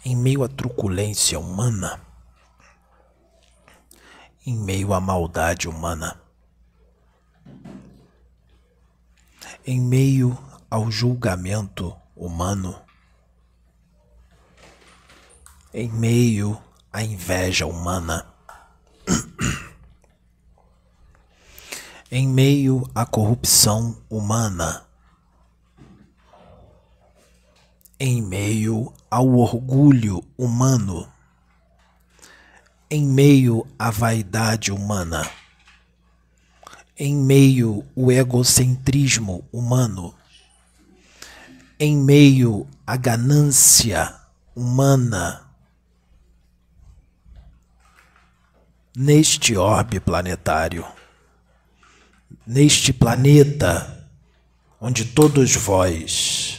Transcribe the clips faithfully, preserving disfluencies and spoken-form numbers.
Em meio à truculência humana, em meio à maldade humana, em meio ao julgamento humano, em meio à inveja humana, em meio à corrupção humana, em meio ao orgulho humano, em meio à vaidade humana, em meio ao egocentrismo humano, em meio à ganância humana, neste orbe planetário, neste planeta onde todos vós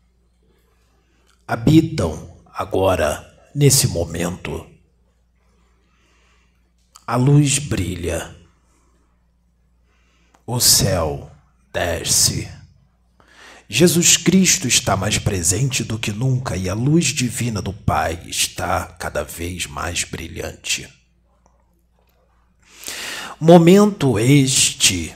habitam agora, nesse momento, a luz brilha, o céu desce, Jesus Cristo está mais presente do que nunca e a luz divina do Pai está cada vez mais brilhante. Momento este,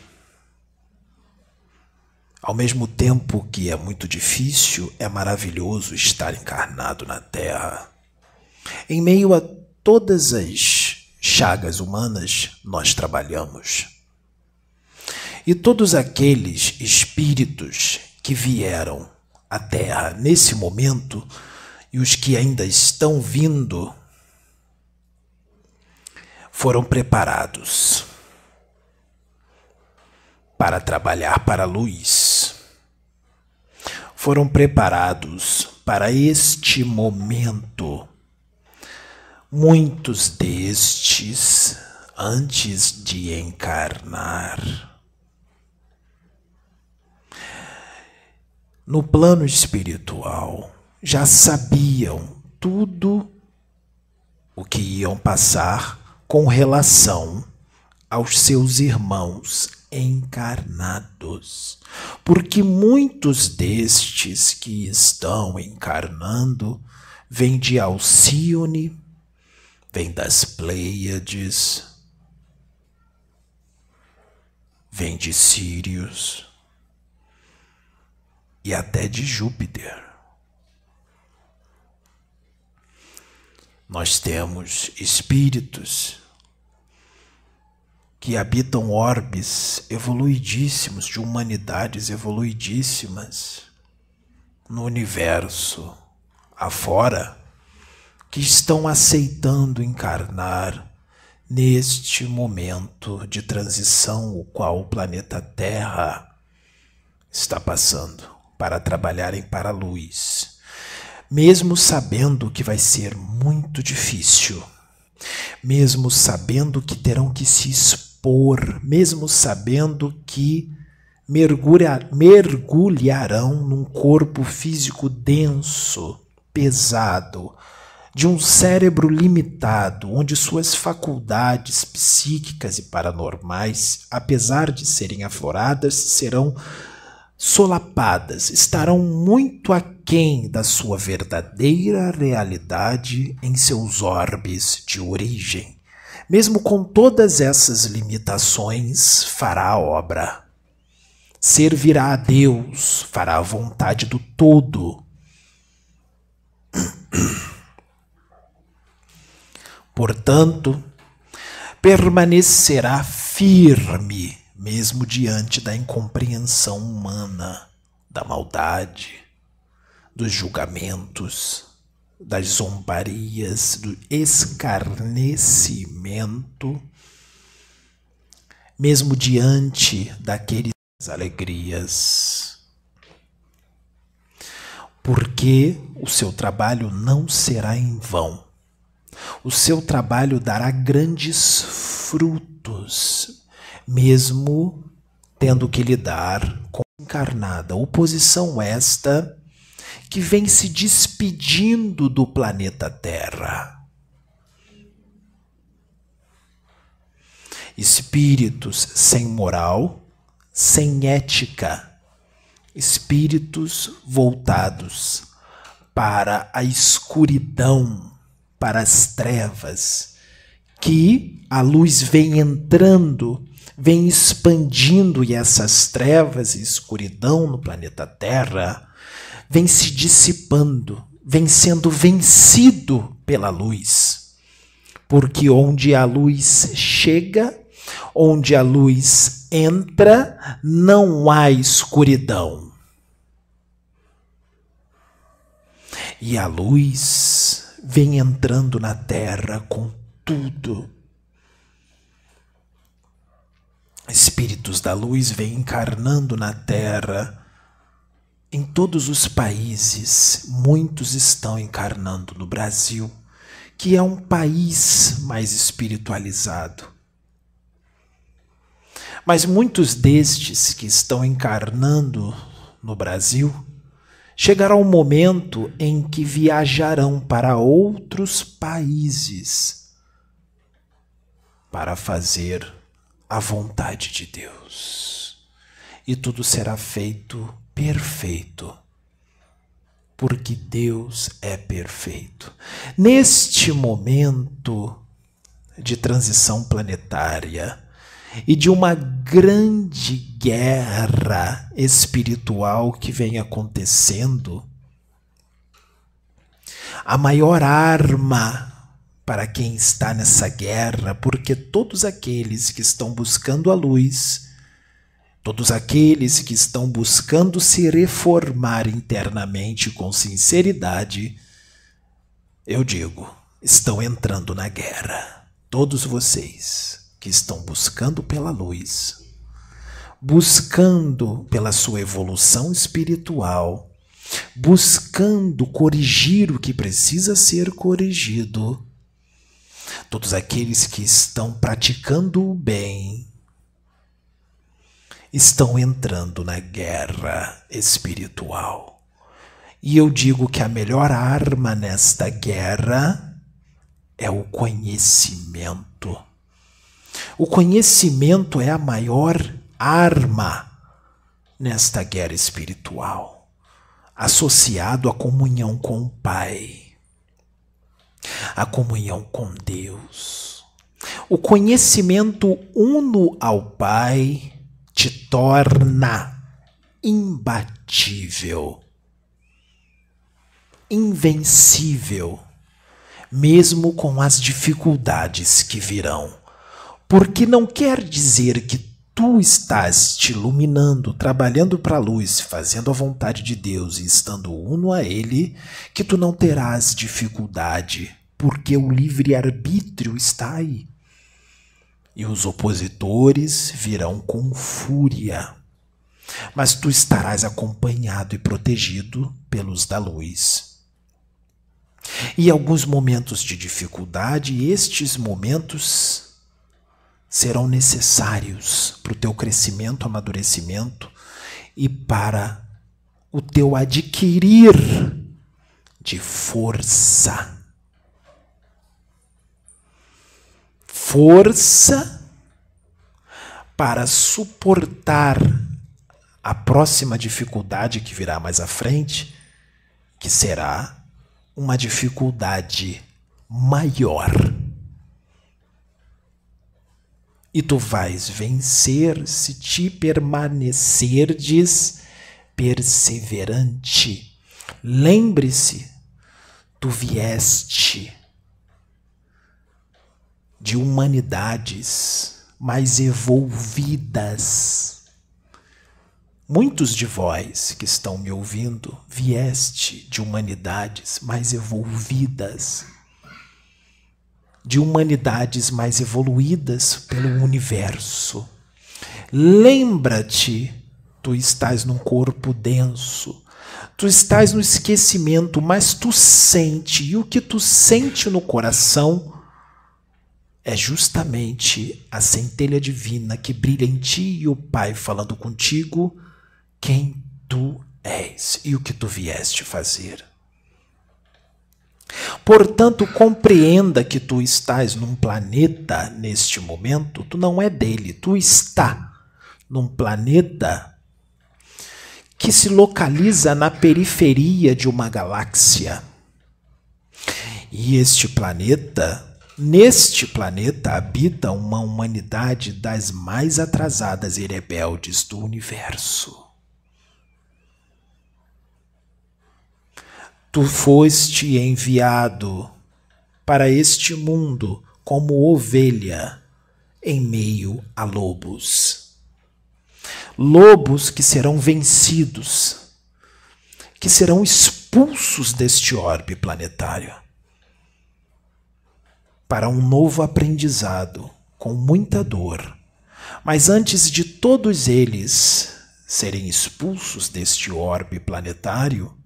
ao mesmo tempo que é muito difícil, é maravilhoso estar encarnado na Terra. Em meio a todas as chagas humanas, nós trabalhamos. E todos aqueles espíritos que vieram à Terra nesse momento e os que ainda estão vindo foram preparados para trabalhar para a luz. Foram preparados para este momento. Muitos destes, antes de encarnar, no plano espiritual, já sabiam tudo o que iam passar com relação aos seus irmãos encarnados. Porque muitos destes que estão encarnando vêm de Alcione, vêm das Pleiades, vêm de Sírios e até de Júpiter. Nós temos espíritos que habitam orbes evoluidíssimos, de humanidades evoluidíssimas no universo afora, que estão aceitando encarnar neste momento de transição o qual o planeta Terra está passando, para trabalharem para a luz, mesmo sabendo que vai ser muito difícil, mesmo sabendo que terão que se expor, mesmo sabendo que mergulha, mergulharão num corpo físico denso, pesado, de um cérebro limitado, onde suas faculdades psíquicas e paranormais, apesar de serem afloradas, serão solapadas, estarão muito aquém da sua verdadeira realidade em seus orbes de origem. Mesmo com todas essas limitações, fará a obra. Servirá a Deus, fará a vontade do todo. Portanto, permanecerá firme, mesmo diante da incompreensão humana, da maldade, dos julgamentos, das zombarias, do escarnecimento, mesmo diante daquelas alegrias. Porque o seu trabalho não será em vão. O seu trabalho dará grandes frutos, mesmo tendo que lidar com encarnada oposição esta que vem se despedindo do planeta Terra. Espíritos sem moral, sem ética, espíritos voltados para a escuridão, para as trevas, que a luz vem entrando, vem expandindo, e essas trevas e escuridão no planeta Terra vem se dissipando, vem sendo vencido pela luz. Porque onde a luz chega, onde a luz entra, não há escuridão. E a luz vem entrando na Terra com tudo. Espíritos da luz vêm encarnando na Terra. Em todos os países, muitos estão encarnando no Brasil, que é um país mais espiritualizado. Mas muitos destes que estão encarnando no Brasil chegará um momento em que viajarão para outros países para fazer a vontade de Deus. E tudo será feito perfeito, porque Deus é perfeito. Neste momento de transição planetária e de uma grande guerra espiritual que vem acontecendo, a maior arma para quem está nessa guerra, porque todos aqueles que estão buscando a luz, todos aqueles que estão buscando se reformar internamente com sinceridade, eu digo, estão entrando na guerra. Todos vocês que estão buscando pela luz, buscando pela sua evolução espiritual, buscando corrigir o que precisa ser corrigido, todos aqueles que estão praticando o bem, estão entrando na guerra espiritual. E eu digo que a melhor arma nesta guerra é o conhecimento. O conhecimento é a maior arma nesta guerra espiritual, associado à comunhão com o Pai, à comunhão com Deus. O conhecimento uno ao Pai te torna imbatível, invencível, mesmo com as dificuldades que virão. Porque não quer dizer que tu estás te iluminando, trabalhando para a luz, fazendo a vontade de Deus e estando uno a Ele, que tu não terás dificuldade, porque o livre-arbítrio está aí. E os opositores virão com fúria, mas tu estarás acompanhado e protegido pelos da luz. E alguns momentos de dificuldade, estes momentos serão necessários para o teu crescimento, amadurecimento e para o teu adquirir de força. Força para suportar a próxima dificuldade que virá mais à frente, que será uma dificuldade maior. E tu vais vencer se te permanecerdes perseverante. Lembre-se, tu vieste de humanidades mais evolvidas. Muitos de vós que estão me ouvindo vieste de humanidades mais evolvidas, de humanidades mais evoluídas pelo universo. Lembra-te, tu estás num corpo denso, tu estás no esquecimento, mas tu sente, e o que tu sente no coração é justamente a centelha divina que brilha em ti e o Pai falando contigo quem tu és e o que tu vieste fazer. Portanto, compreenda que tu estás num planeta neste momento, tu não é dele, tu está num planeta que se localiza na periferia de uma galáxia. E este planeta, neste planeta habita uma humanidade das mais atrasadas e rebeldes do universo. Tu foste enviado para este mundo como ovelha em meio a lobos. Lobos que serão vencidos, que serão expulsos deste orbe planetário para um novo aprendizado com muita dor. Mas antes de todos eles serem expulsos deste orbe planetário,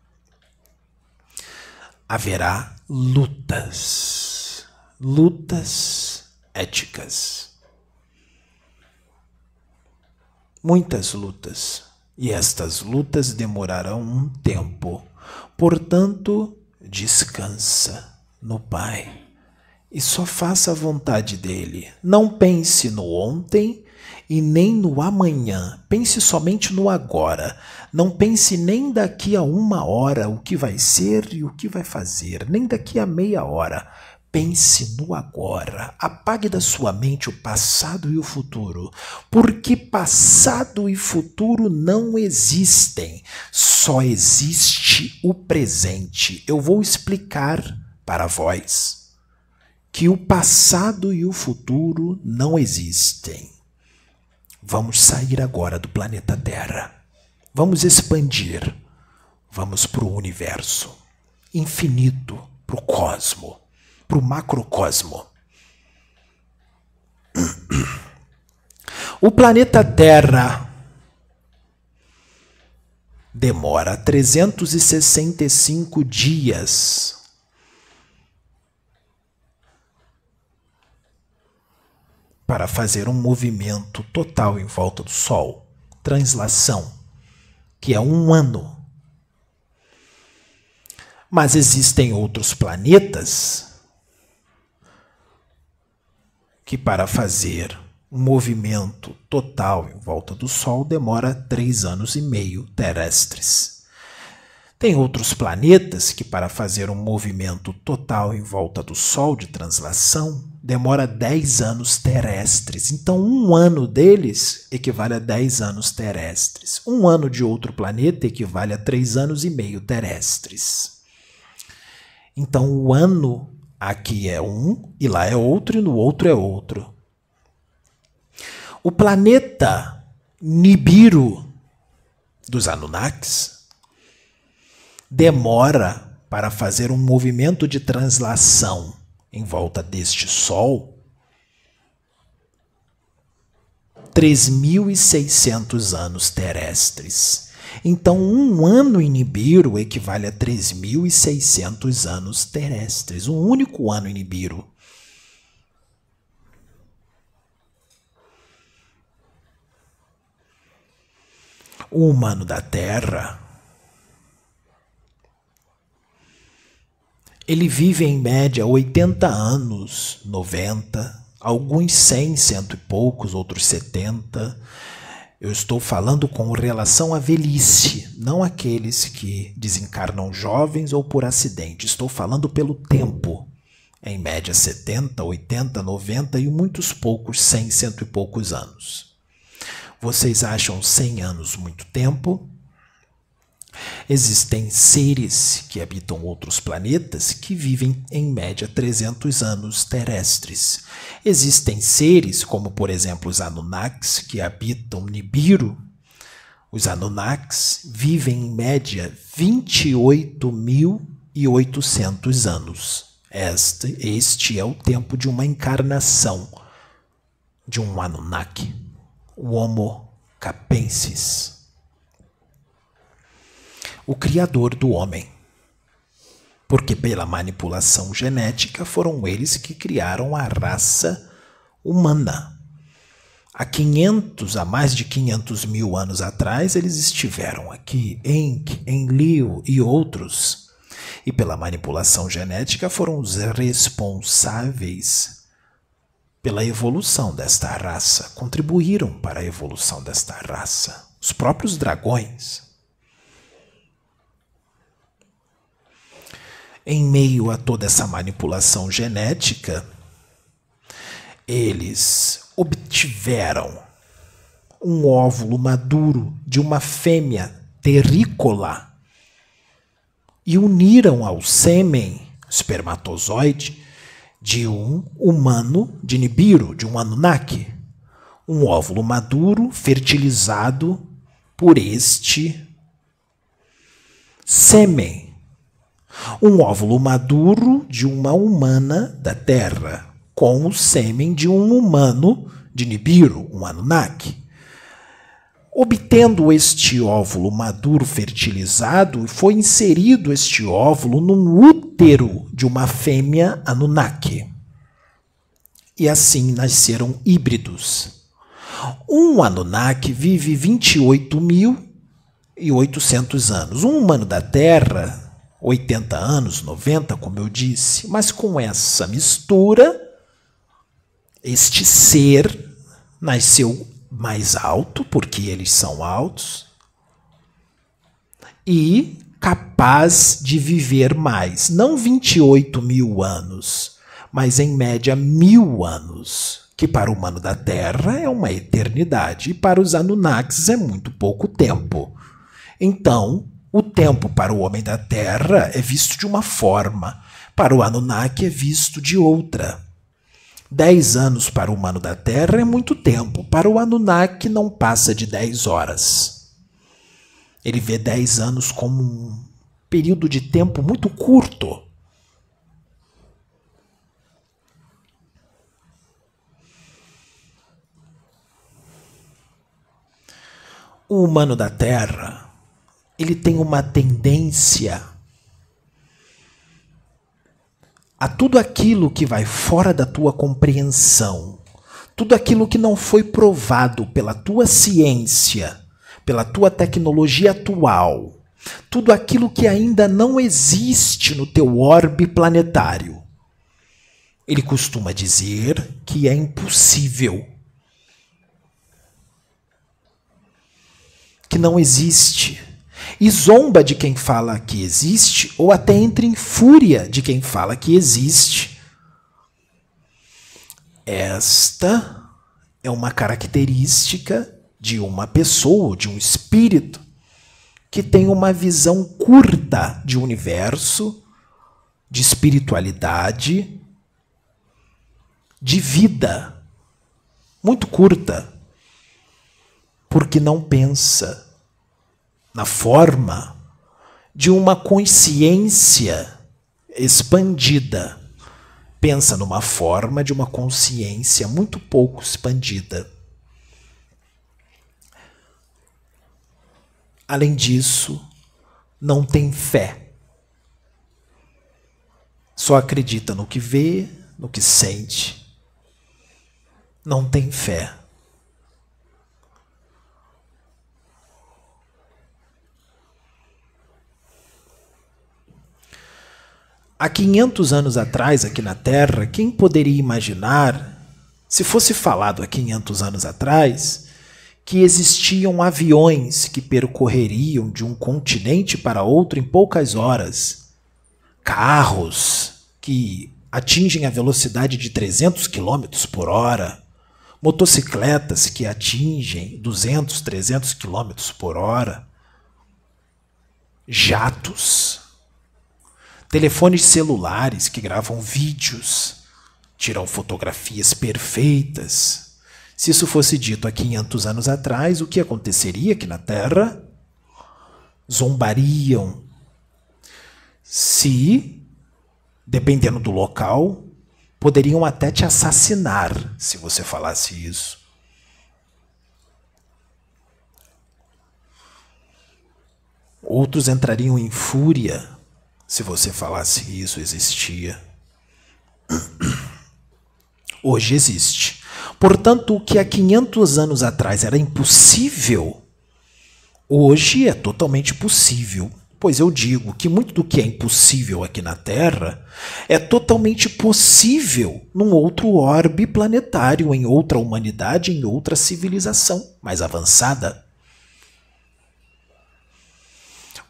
haverá lutas, lutas éticas. Muitas lutas, e estas lutas demorarão um tempo. Portanto, descansa no Pai e só faça a vontade dele. Não pense no ontem e nem no amanhã. Pense somente no agora. Não pense nem daqui a uma hora o que vai ser e o que vai fazer, nem daqui a meia hora. Pense no agora. Apague da sua mente o passado e o futuro, porque passado e futuro não existem. Só existe o presente. Eu vou explicar para vós que o passado e o futuro não existem. Vamos sair agora do planeta Terra. Vamos expandir. Vamos para o universo infinito, para o cosmo, para o macrocosmo. O planeta Terra demora trezentos e sessenta e cinco dias para fazer um movimento total em volta do Sol, translação, que é um ano. Mas existem outros planetas que, para fazer um movimento total em volta do Sol, demora três anos e meio terrestres. Tem outros planetas que, para fazer um movimento total em volta do Sol de translação, demora dez anos terrestres. Então, um ano deles equivale a dez anos terrestres. Um ano de outro planeta equivale a três anos e meio terrestres. Então, o ano aqui é um, e lá é outro, e no outro é outro. O planeta Nibiru dos Anunnakis demora para fazer um movimento de translação em volta deste Sol três mil e seiscentos anos terrestres. Então, um ano em Nibiru equivale a três mil e seiscentos anos terrestres. Um único ano em Nibiru. O humano da Terra, ele vive em média oitenta anos, noventa, alguns cem, cento e poucos, outros setenta. Eu estou falando com relação à velhice, não aqueles que desencarnam jovens ou por acidente. Estou falando pelo tempo. Em média setenta, oitenta, noventa e muitos poucos, cem, cento e poucos anos. Vocês acham cem anos muito tempo? Existem seres que habitam outros planetas que vivem em média trezentos anos terrestres. Existem seres, como por exemplo os Anunnakis, que habitam Nibiru. Os Anunnakis vivem em média vinte e oito mil e oitocentos anos. Este, este é o tempo de uma encarnação de um Anunnaki, o Homo capensis, o criador do homem. Porque pela manipulação genética foram eles que criaram a raça humana. Há quinhentos, há mais de quinhentos mil anos atrás, eles estiveram aqui, Enki, Enlil e outros. E pela manipulação genética foram os responsáveis pela evolução desta raça, contribuíram para a evolução desta raça. os próprios dragões. Em meio a toda essa manipulação genética, eles obtiveram um óvulo maduro de uma fêmea terrícola e uniram ao sêmen espermatozoide de um humano de Nibiru, de um Anunnaki. Um óvulo maduro fertilizado por este sêmen. Um óvulo maduro de uma humana da Terra, com o sêmen de um humano de Nibiru, um Anunnaki. Obtendo este óvulo maduro fertilizado, foi inserido este óvulo num útero de uma fêmea Anunnaki. E assim nasceram híbridos. Um Anunnaki vive vinte e oito mil e oitocentos anos. Um humano da Terra, oitenta anos, noventa, como eu disse. Mas com essa mistura, este ser nasceu mais alto, porque eles são altos, e capaz de viver mais. Não vinte e oito mil anos, mas em média mil anos, que para o humano da Terra é uma eternidade, e para os Anunnakis é muito pouco tempo. Então, o tempo para o homem da Terra é visto de uma forma, para o Anunnaki é visto de outra. Dez anos para o humano da Terra é muito tempo. Para o Anunnaki não passa de dez horas. Ele vê dez anos como um período de tempo muito curto. O humano da Terra, ele tem uma tendência a tudo aquilo que vai fora da tua compreensão, tudo aquilo que não foi provado pela tua ciência, pela tua tecnologia atual, tudo aquilo que ainda não existe no teu orbe planetário. Ele costuma dizer que é impossível, que não existe. E zomba de quem fala que existe, ou até entra em fúria de quem fala que existe. Esta é uma característica de uma pessoa, de um espírito, que tem uma visão curta de universo, de espiritualidade, de vida. Muito curta, porque não pensa na forma de uma consciência expandida. Pensa numa forma de uma consciência muito pouco expandida. Além disso, não tem fé. Só acredita no que vê, no que sente. Não tem fé. Há quinhentos anos atrás, aqui na Terra, quem poderia imaginar, se fosse falado há quinhentos anos atrás, que existiam aviões que percorreriam de um continente para outro em poucas horas, carros que atingem a velocidade de trezentos quilômetros por hora, motocicletas que atingem duzentos, trezentos quilômetros por hora, jatos, telefones celulares que gravam vídeos, tiram fotografias perfeitas. Se isso fosse dito há quinhentos anos atrás, o que aconteceria aqui na Terra? Zombariam. Se, dependendo do local, poderiam até te assassinar se você falasse isso. Outros entrariam em fúria se você falasse que isso existia. Hoje existe. Portanto, o que há quinhentos anos atrás era impossível, hoje é totalmente possível. Pois eu digo que muito do que é impossível aqui na Terra é totalmente possível num outro orbe planetário, em outra humanidade, em outra civilização mais avançada.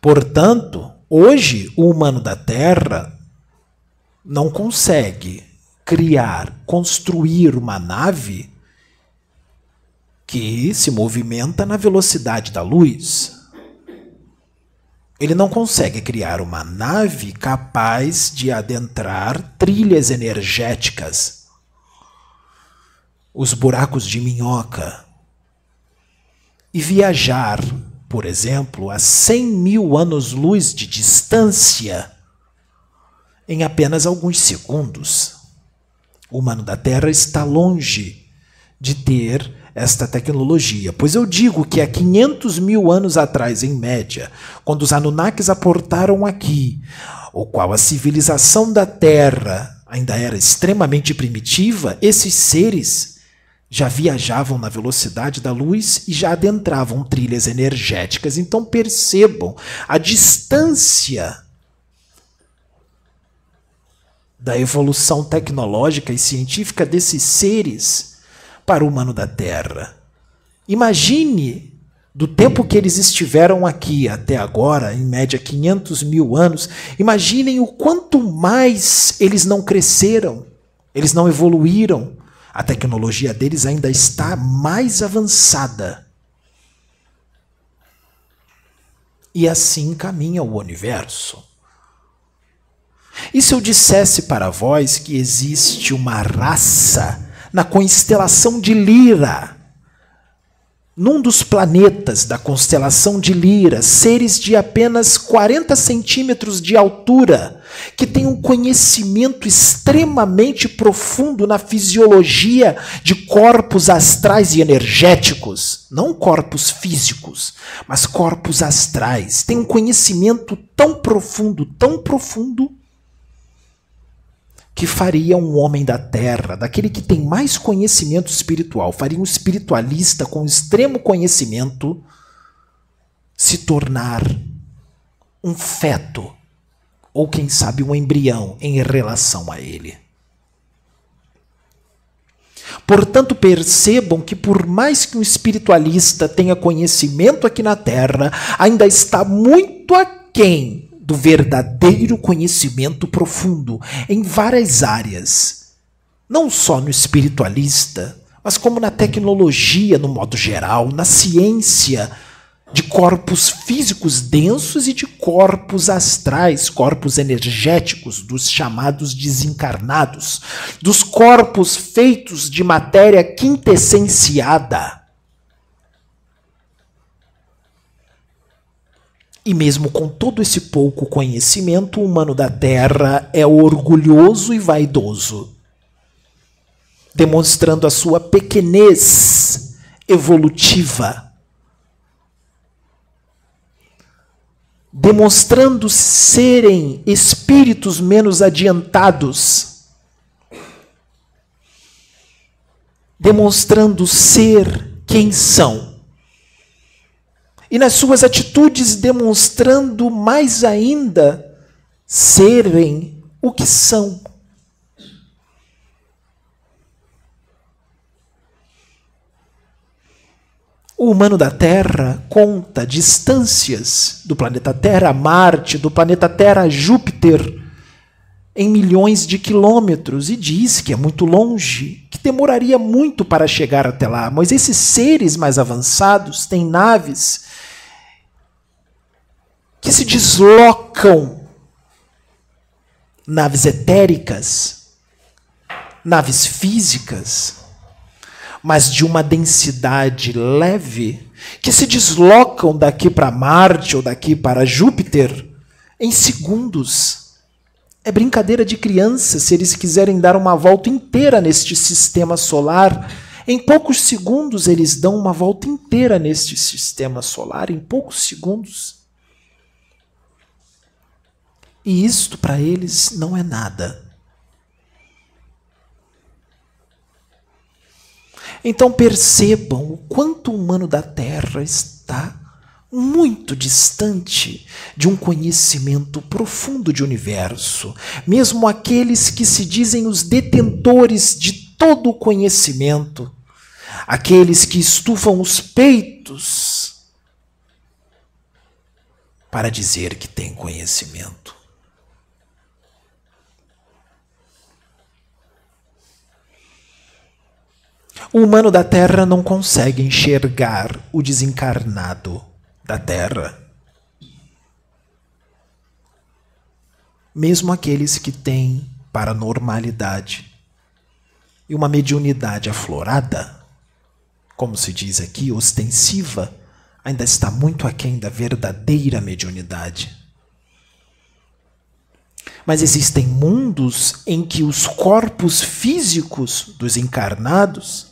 Portanto, hoje o humano da Terra não consegue criar, construir uma nave que se movimenta na velocidade da luz. Ele não consegue criar uma nave capaz de adentrar trilhas energéticas, os buracos de minhoca, e viajar, por exemplo, a cem mil anos-luz de distância em apenas alguns segundos. O humano da Terra está longe de ter esta tecnologia, pois eu digo que há quinhentos mil anos atrás, em média, quando os Anunnakis aportaram aqui, o qual a civilização da Terra ainda era extremamente primitiva, esses seres já viajavam na velocidade da luz e já adentravam trilhas energéticas. Então percebam a distância da evolução tecnológica e científica desses seres para o humano da Terra. Imagine, do tempo que eles estiveram aqui até agora, em média quinhentos mil anos, imaginem o quanto mais eles não cresceram, eles não evoluíram. A tecnologia deles ainda está mais avançada. E assim caminha o universo. E se eu dissesse para vós que existe uma raça na constelação de Lira, num dos planetas da constelação de Lira, seres de apenas quarenta centímetros de altura, que têm um conhecimento extremamente profundo na fisiologia de corpos astrais e energéticos, não corpos físicos, mas corpos astrais, têm um conhecimento tão profundo, tão profundo, que faria um homem da Terra, daquele que tem mais conhecimento espiritual, faria um espiritualista com extremo conhecimento se tornar um feto, ou quem sabe um embrião em relação a ele. Portanto, percebam que por mais que um espiritualista tenha conhecimento aqui na Terra, ainda está muito aquém do verdadeiro conhecimento profundo em várias áreas, não só no espiritualista, mas como na tecnologia no modo geral, na ciência de corpos físicos densos e de corpos astrais, corpos energéticos, dos chamados desencarnados, dos corpos feitos de matéria quintessenciada. E mesmo com todo esse pouco conhecimento, o humano da Terra é orgulhoso e vaidoso, demonstrando a sua pequenez evolutiva, demonstrando serem espíritos menos adiantados, demonstrando ser quem são. E nas suas atitudes demonstrando mais ainda serem o que são. O humano da Terra conta distâncias do planeta Terra a Marte, do planeta Terra a Júpiter, em milhões de quilômetros, e diz que é muito longe, que demoraria muito para chegar até lá. Mas esses seres mais avançados têm naves que se deslocam, naves etéricas, naves físicas, mas de uma densidade leve, que se deslocam daqui para Marte ou daqui para Júpiter em segundos. É brincadeira de criança se eles quiserem dar uma volta inteira neste sistema solar. Em poucos segundos eles dão uma volta inteira neste sistema solar, em poucos segundos. E isto para eles não é nada. Então percebam o quanto o humano da Terra está muito distante de um conhecimento profundo de universo. Mesmo aqueles que se dizem os detentores de todo o conhecimento, aqueles que estufam os peitos para dizer que tem conhecimento. O humano da Terra não consegue enxergar o desencarnado da Terra. Mesmo aqueles que têm paranormalidade e uma mediunidade aflorada, como se diz aqui, ostensiva, ainda está muito aquém da verdadeira mediunidade. Mas existem mundos em que os corpos físicos dos encarnados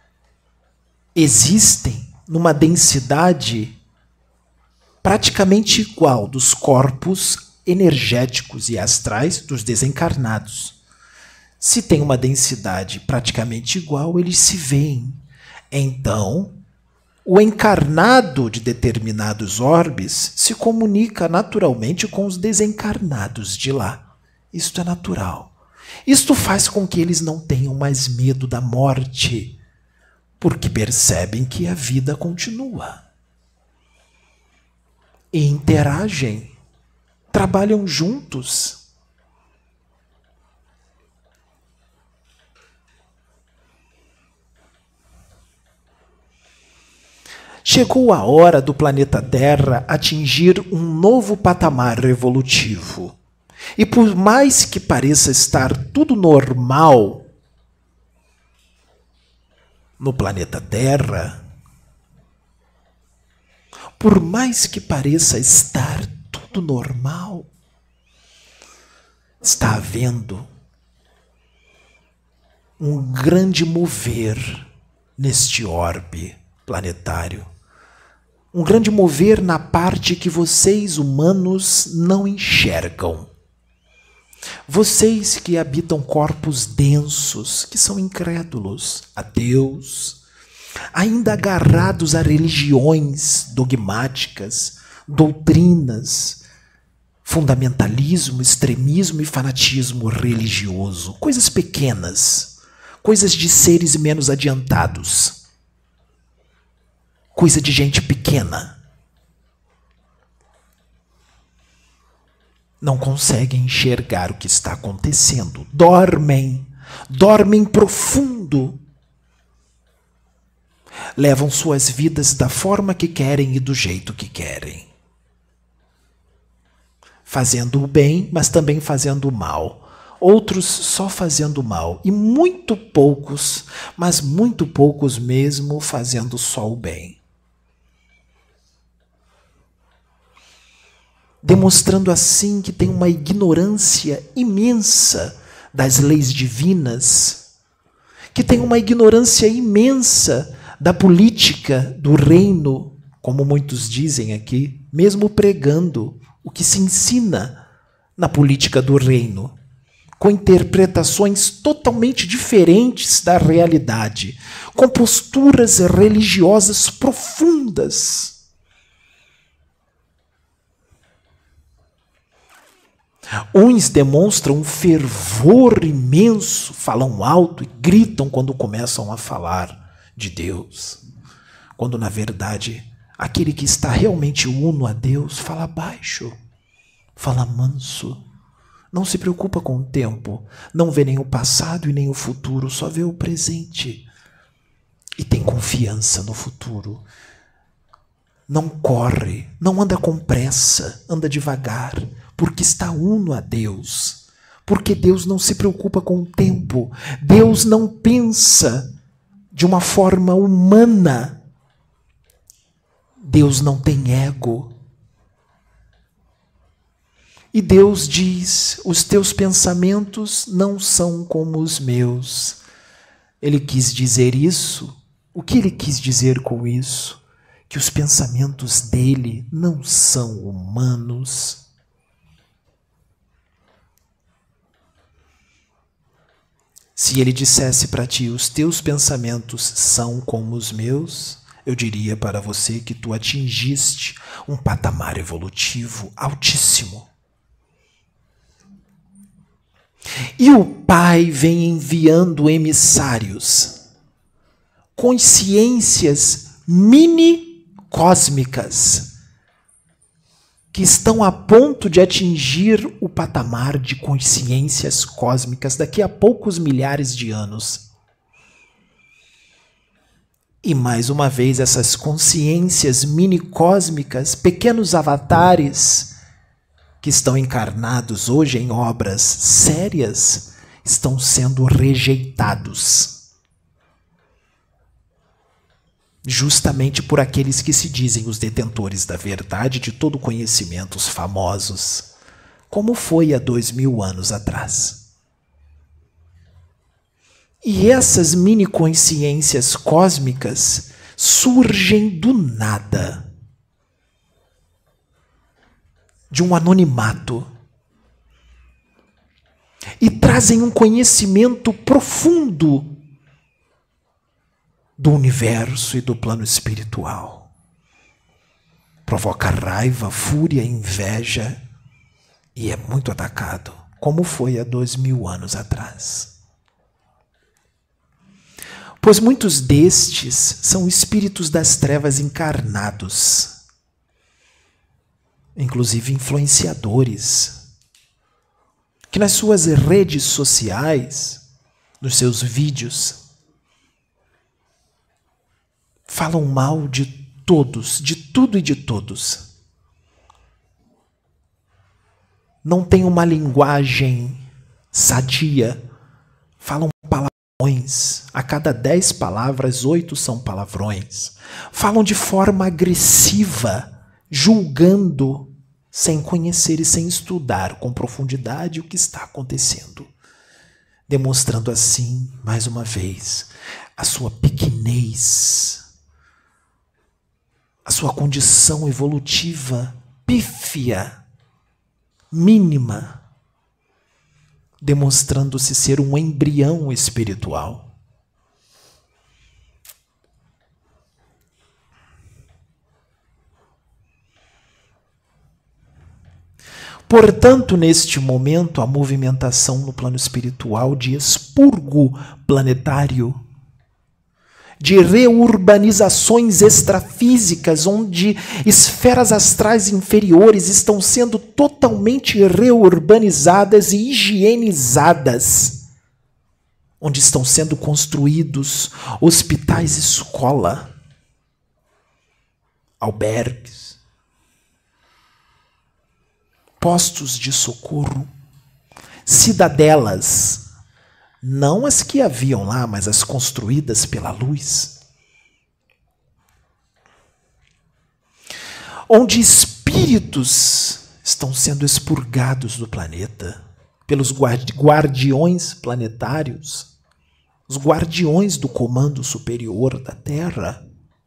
existem numa densidade praticamente igual dos corpos energéticos e astrais dos desencarnados. Se tem uma densidade praticamente igual, eles se veem. Então, o encarnado de determinados orbes se comunica naturalmente com os desencarnados de lá. Isto é natural. Isto faz com que eles não tenham mais medo da morte, porque percebem que a vida continua. E interagem, trabalham juntos. Chegou a hora do planeta Terra atingir um novo patamar evolutivo. E por mais que pareça estar tudo normal no planeta Terra, por mais que pareça estar tudo normal, está havendo um grande mover neste orbe planetário. Um grande mover na parte que vocês, humanos, não enxergam. Vocês que habitam corpos densos, que são incrédulos, ateus, ainda agarrados a religiões dogmáticas, doutrinas, fundamentalismo, extremismo e fanatismo religioso, coisas pequenas, coisas de seres menos adiantados. Coisa de gente pequena. Não conseguem enxergar o que está acontecendo. Dormem. Dormem profundo. Levam suas vidas da forma que querem e do jeito que querem. Fazendo o bem, mas também fazendo o mal. Outros só fazendo mal. E muito poucos, mas muito poucos mesmo, fazendo só o bem. Demonstrando assim que tem uma ignorância imensa das leis divinas, que tem uma ignorância imensa da política do reino, como muitos dizem aqui, mesmo pregando o que se ensina na política do reino, com interpretações totalmente diferentes da realidade, com posturas religiosas profundas. Uns demonstram um fervor imenso, falam alto e gritam quando começam a falar de Deus. Quando, na verdade, aquele que está realmente uno a Deus fala baixo, fala manso, não se preocupa com o tempo, não vê nem o passado e nem o futuro, só vê o presente. E tem confiança no futuro. Não corre, não anda com pressa, anda devagar, porque está uno a Deus. Porque Deus não se preocupa com o tempo. Deus não pensa de uma forma humana. Deus não tem ego. E Deus diz, os teus pensamentos não são como os meus. Ele quis dizer isso. O que ele quis dizer com isso? Que os pensamentos dele não são humanos. Se ele dissesse para ti, os teus pensamentos são como os meus, eu diria para você que tu atingiste um patamar evolutivo altíssimo. E o Pai vem enviando emissários, consciências mini-cósmicas, que estão a ponto de atingir o patamar de consciências cósmicas daqui a poucos milhares de anos. E mais uma vez, essas consciências mini-cósmicas, pequenos avatares que estão encarnados hoje em obras sérias, estão sendo rejeitados. Justamente por aqueles que se dizem os detentores da verdade de todo conhecimento, os famosos, como foi há dois mil anos atrás. E essas mini-consciências cósmicas surgem do nada, de um anonimato, e trazem um conhecimento profundo do universo e do plano espiritual. Provoca raiva, fúria, inveja e é muito atacado, como foi há dois mil anos atrás. Pois muitos destes são espíritos das trevas encarnados, inclusive influenciadores, que nas suas redes sociais, nos seus vídeos, falam mal de todos, de tudo e de todos. Não têm uma linguagem sadia, falam palavrões. A cada dez palavras, oito são palavrões. Falam de forma agressiva, julgando, sem conhecer e sem estudar com profundidade o que está acontecendo. Demonstrando assim, mais uma vez, a sua pequenez, a sua condição evolutiva pífia, mínima, demonstrando-se ser um embrião espiritual. Portanto, neste momento, a movimentação no plano espiritual de expurgo planetário, de reurbanizações extrafísicas, onde esferas astrais inferiores estão sendo totalmente reurbanizadas e higienizadas, onde estão sendo construídos hospitais escola, albergues, postos de socorro, cidadelas, não as que haviam lá, mas as construídas pela luz, onde espíritos estão sendo expurgados do planeta pelos guardiões planetários, os guardiões do comando superior da Terra.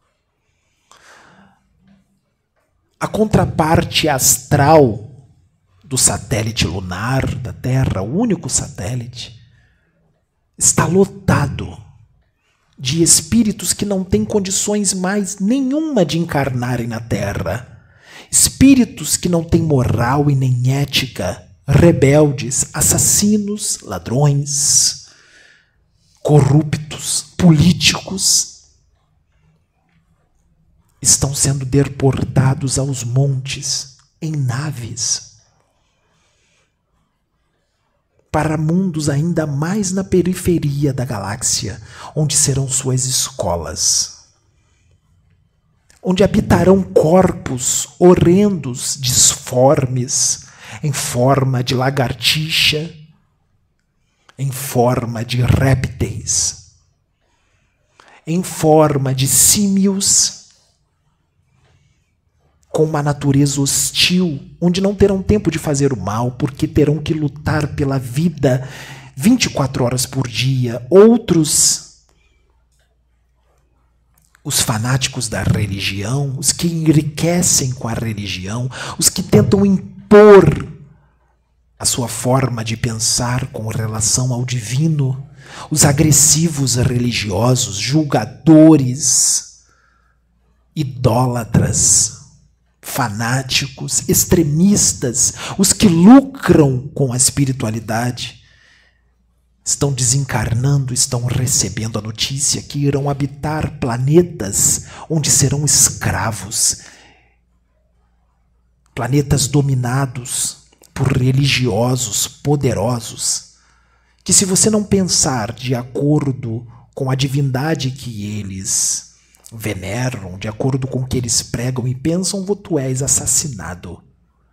A contraparte astral do satélite lunar da Terra, o único satélite, está lotado de espíritos que não têm condições mais nenhuma de encarnarem na Terra. Espíritos que não têm moral e nem ética, rebeldes, assassinos, ladrões, corruptos, políticos, estão sendo deportados aos montes em naves, para mundos ainda mais na periferia da galáxia, onde serão suas escolas, onde habitarão corpos horrendos, disformes, em forma de lagartixa, em forma de répteis, em forma de símios, com uma natureza hostil, onde não terão tempo de fazer o mal, porque terão que lutar pela vida vinte e quatro horas por dia. Outros, os fanáticos da religião, os que enriquecem com a religião, os que tentam impor a sua forma de pensar com relação ao divino, os agressivos religiosos, julgadores, idólatras, fanáticos, extremistas, os que lucram com a espiritualidade, estão desencarnando, estão recebendo a notícia que irão habitar planetas onde serão escravos, planetas dominados por religiosos poderosos, que se você não pensar de acordo com a divindade que eles veneram, de acordo com o que eles pregam e pensam, tu és assassinado.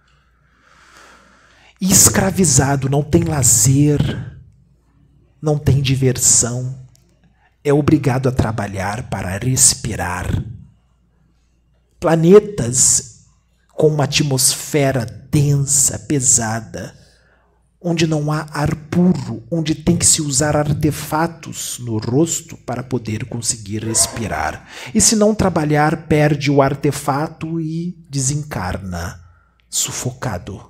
E escravizado, não tem lazer, não tem diversão, é obrigado a trabalhar para respirar. Planetas com uma atmosfera densa, pesada, onde não há ar puro, onde tem que se usar artefatos no rosto para poder conseguir respirar. E se não trabalhar, perde o artefato e desencarna, sufocado.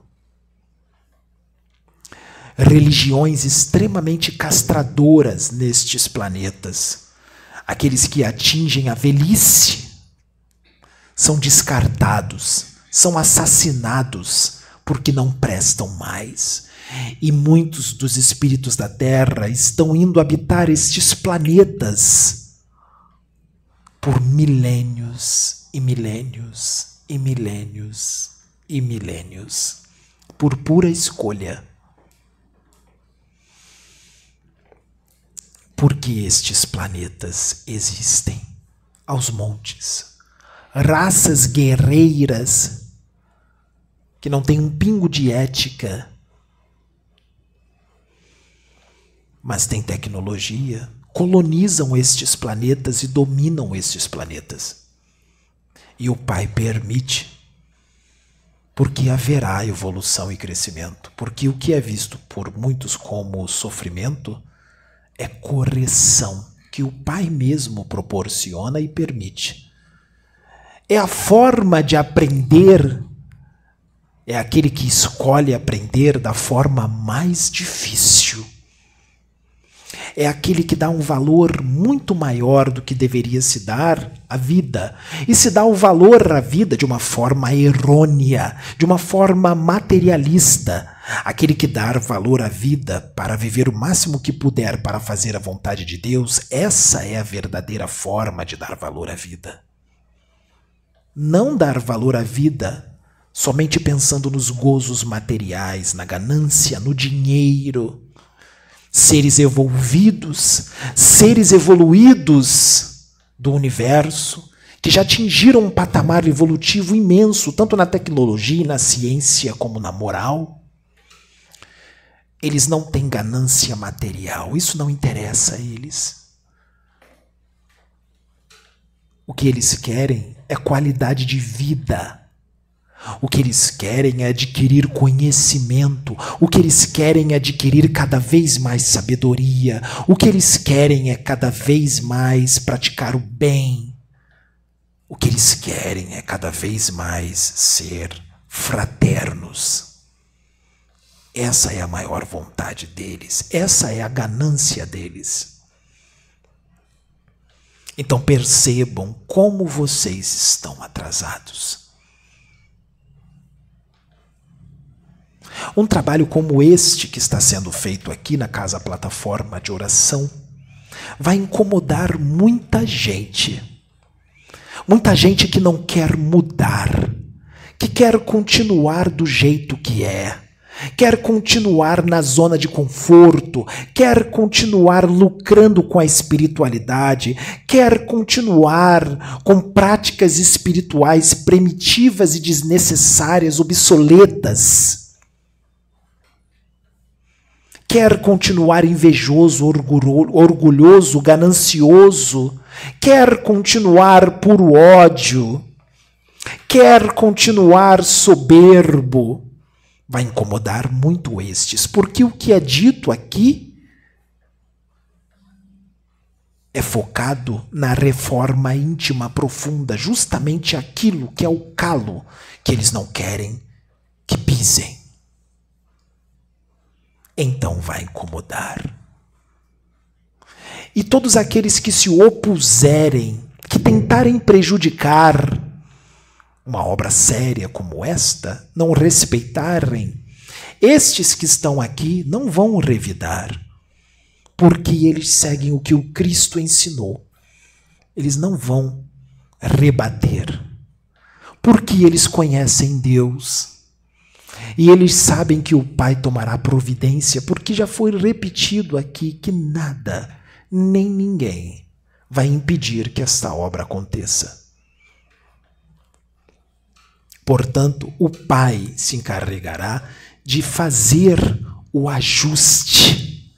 Religiões extremamente castradoras nestes planetas. Aqueles que atingem a velhice são descartados, são assassinados porque não prestam mais. E muitos dos espíritos da Terra estão indo habitar estes planetas por milênios e milênios e milênios e milênios, por pura escolha. Porque estes planetas existem aos montes. Raças guerreiras que não têm um pingo de ética, mas têm tecnologia, colonizam estes planetas e dominam estes planetas. E o Pai permite, porque haverá evolução e crescimento. Porque o que é visto por muitos como sofrimento é correção que o Pai mesmo proporciona e permite. É a forma de aprender, é aquele que escolhe aprender da forma mais difícil. É aquele que dá um valor muito maior do que deveria se dar à vida. E se dá o valor à vida de uma forma errônea, de uma forma materialista. Aquele que dá valor à vida para viver o máximo que puder para fazer a vontade de Deus, essa é a verdadeira forma de dar valor à vida. Não dar valor à vida somente pensando nos gozos materiais, na ganância, no dinheiro. Seres evolvidos, seres evoluídos do universo, que já atingiram um patamar evolutivo imenso, tanto na tecnologia, na ciência, como na moral. Eles não têm ganância material, isso não interessa a eles. O que eles querem é qualidade de vida. O que eles querem é adquirir conhecimento. O que eles querem é adquirir cada vez mais sabedoria. O que eles querem é cada vez mais praticar o bem. O que eles querem é cada vez mais ser fraternos. Essa é a maior vontade deles. Essa é a ganância deles. Então percebam como vocês estão atrasados. Um trabalho como este que está sendo feito aqui na Casa Plataforma de Oração vai incomodar muita gente. Muita gente que não quer mudar, que quer continuar do jeito que é, quer continuar na zona de conforto, quer continuar lucrando com a espiritualidade, quer continuar com práticas espirituais primitivas e desnecessárias, obsoletas. Quer continuar invejoso, orgulhoso, ganancioso, quer continuar puro ódio, quer continuar soberbo, vai incomodar muito estes, porque o que é dito aqui é focado na reforma íntima profunda, justamente aquilo que é o calo que eles não querem que pisem. Então vai incomodar. E todos aqueles que se opuserem, que tentarem prejudicar uma obra séria como esta, não respeitarem, estes que estão aqui não vão revidar, porque eles seguem o que o Cristo ensinou. Eles não vão rebater, porque eles conhecem Deus. E eles sabem que o Pai tomará providência, porque já foi repetido aqui que nada, nem ninguém, vai impedir que esta obra aconteça. Portanto, o Pai se encarregará de fazer o ajuste.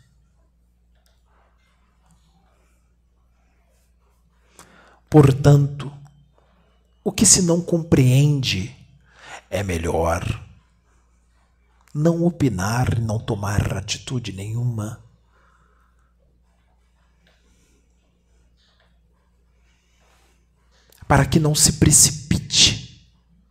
Portanto, o que se não compreende é melhor não opinar e não tomar atitude nenhuma. Para que não se precipite.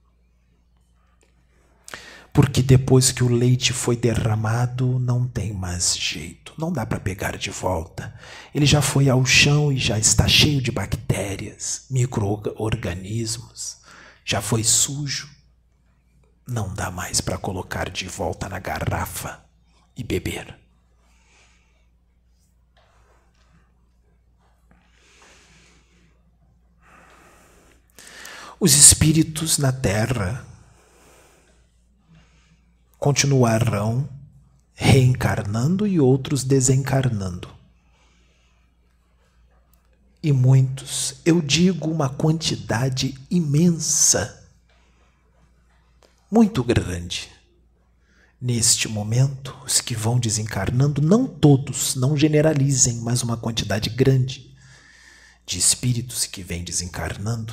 Porque depois que o leite foi derramado, não tem mais jeito. Não dá para pegar de volta. Ele já foi ao chão e já está cheio de bactérias, micro-organismos. Já foi sujo. Não dá mais para colocar de volta na garrafa e beber. Os espíritos na terra continuarão reencarnando e outros desencarnando. E muitos, eu digo uma quantidade imensa, muito grande. Neste momento, os que vão desencarnando, não todos, não generalizem, mas uma quantidade grande de espíritos que vêm desencarnando,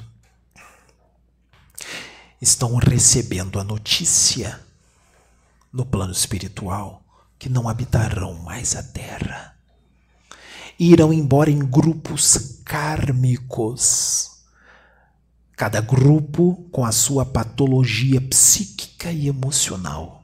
estão recebendo a notícia no plano espiritual que não habitarão mais a terra. Irão embora em grupos kármicos, cada grupo com a sua patologia psíquica e emocional,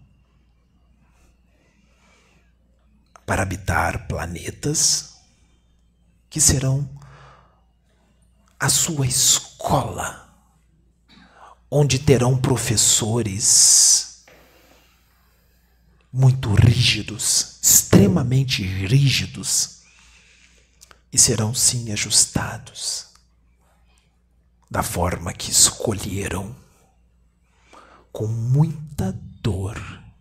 para habitar planetas que serão a sua escola, onde terão professores muito rígidos, extremamente rígidos, e serão sim ajustados da forma que escolheram, com muita dor,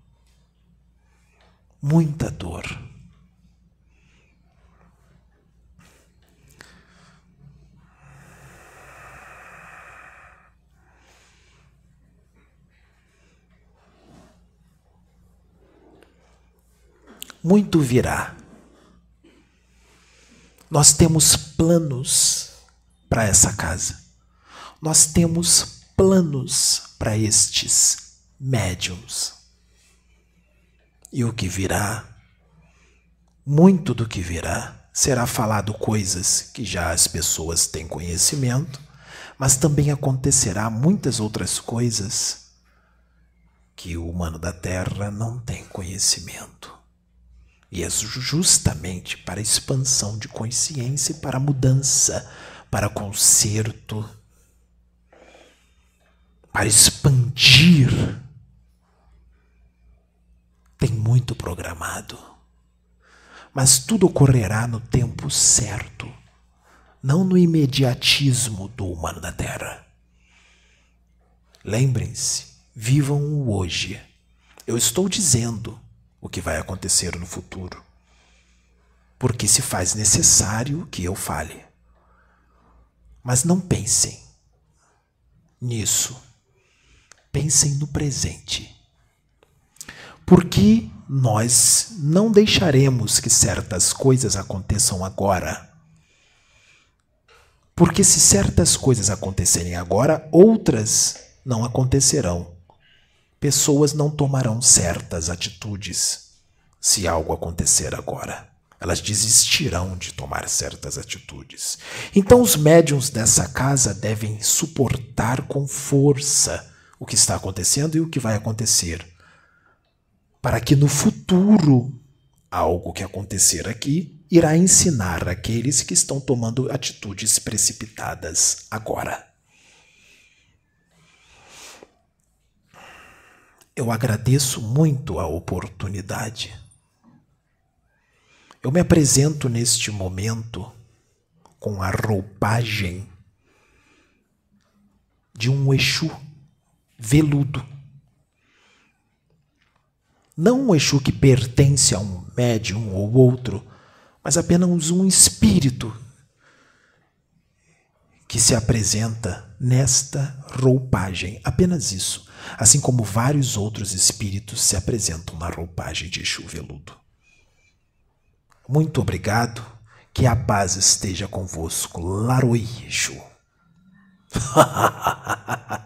muita dor. Muito virá. Nós temos planos para essa casa. Nós temos planos para estes médiuns. E o que virá, muito do que virá, será falado coisas que já as pessoas têm conhecimento, mas também acontecerá muitas outras coisas que o humano da Terra não tem conhecimento. E é justamente para a expansão de consciência e para a mudança, para conserto, para expandir. Tem muito programado. Mas tudo ocorrerá no tempo certo, não no imediatismo do humano da Terra. Lembrem-se, vivam o hoje. Eu estou dizendo o que vai acontecer no futuro, porque se faz necessário que eu fale. Mas não pensem nisso. Pensem no presente. Porque nós não deixaremos que certas coisas aconteçam agora. Porque se certas coisas acontecerem agora, outras não acontecerão. Pessoas não tomarão certas atitudes se algo acontecer agora. Elas desistirão de tomar certas atitudes. Então os médiuns dessa casa devem suportar com força o que está acontecendo e o que vai acontecer, para que no futuro algo que acontecer aqui irá ensinar aqueles que estão tomando atitudes precipitadas agora. Eu agradeço muito a oportunidade. Eu me apresento neste momento com a roupagem de um Exu veludo. Não um Exu que pertence a um médium ou outro, mas apenas um espírito que se apresenta nesta roupagem. Apenas isso. Assim como vários outros espíritos se apresentam na roupagem de Exu veludo. Muito obrigado. Que a paz esteja convosco. Laroi, Exu.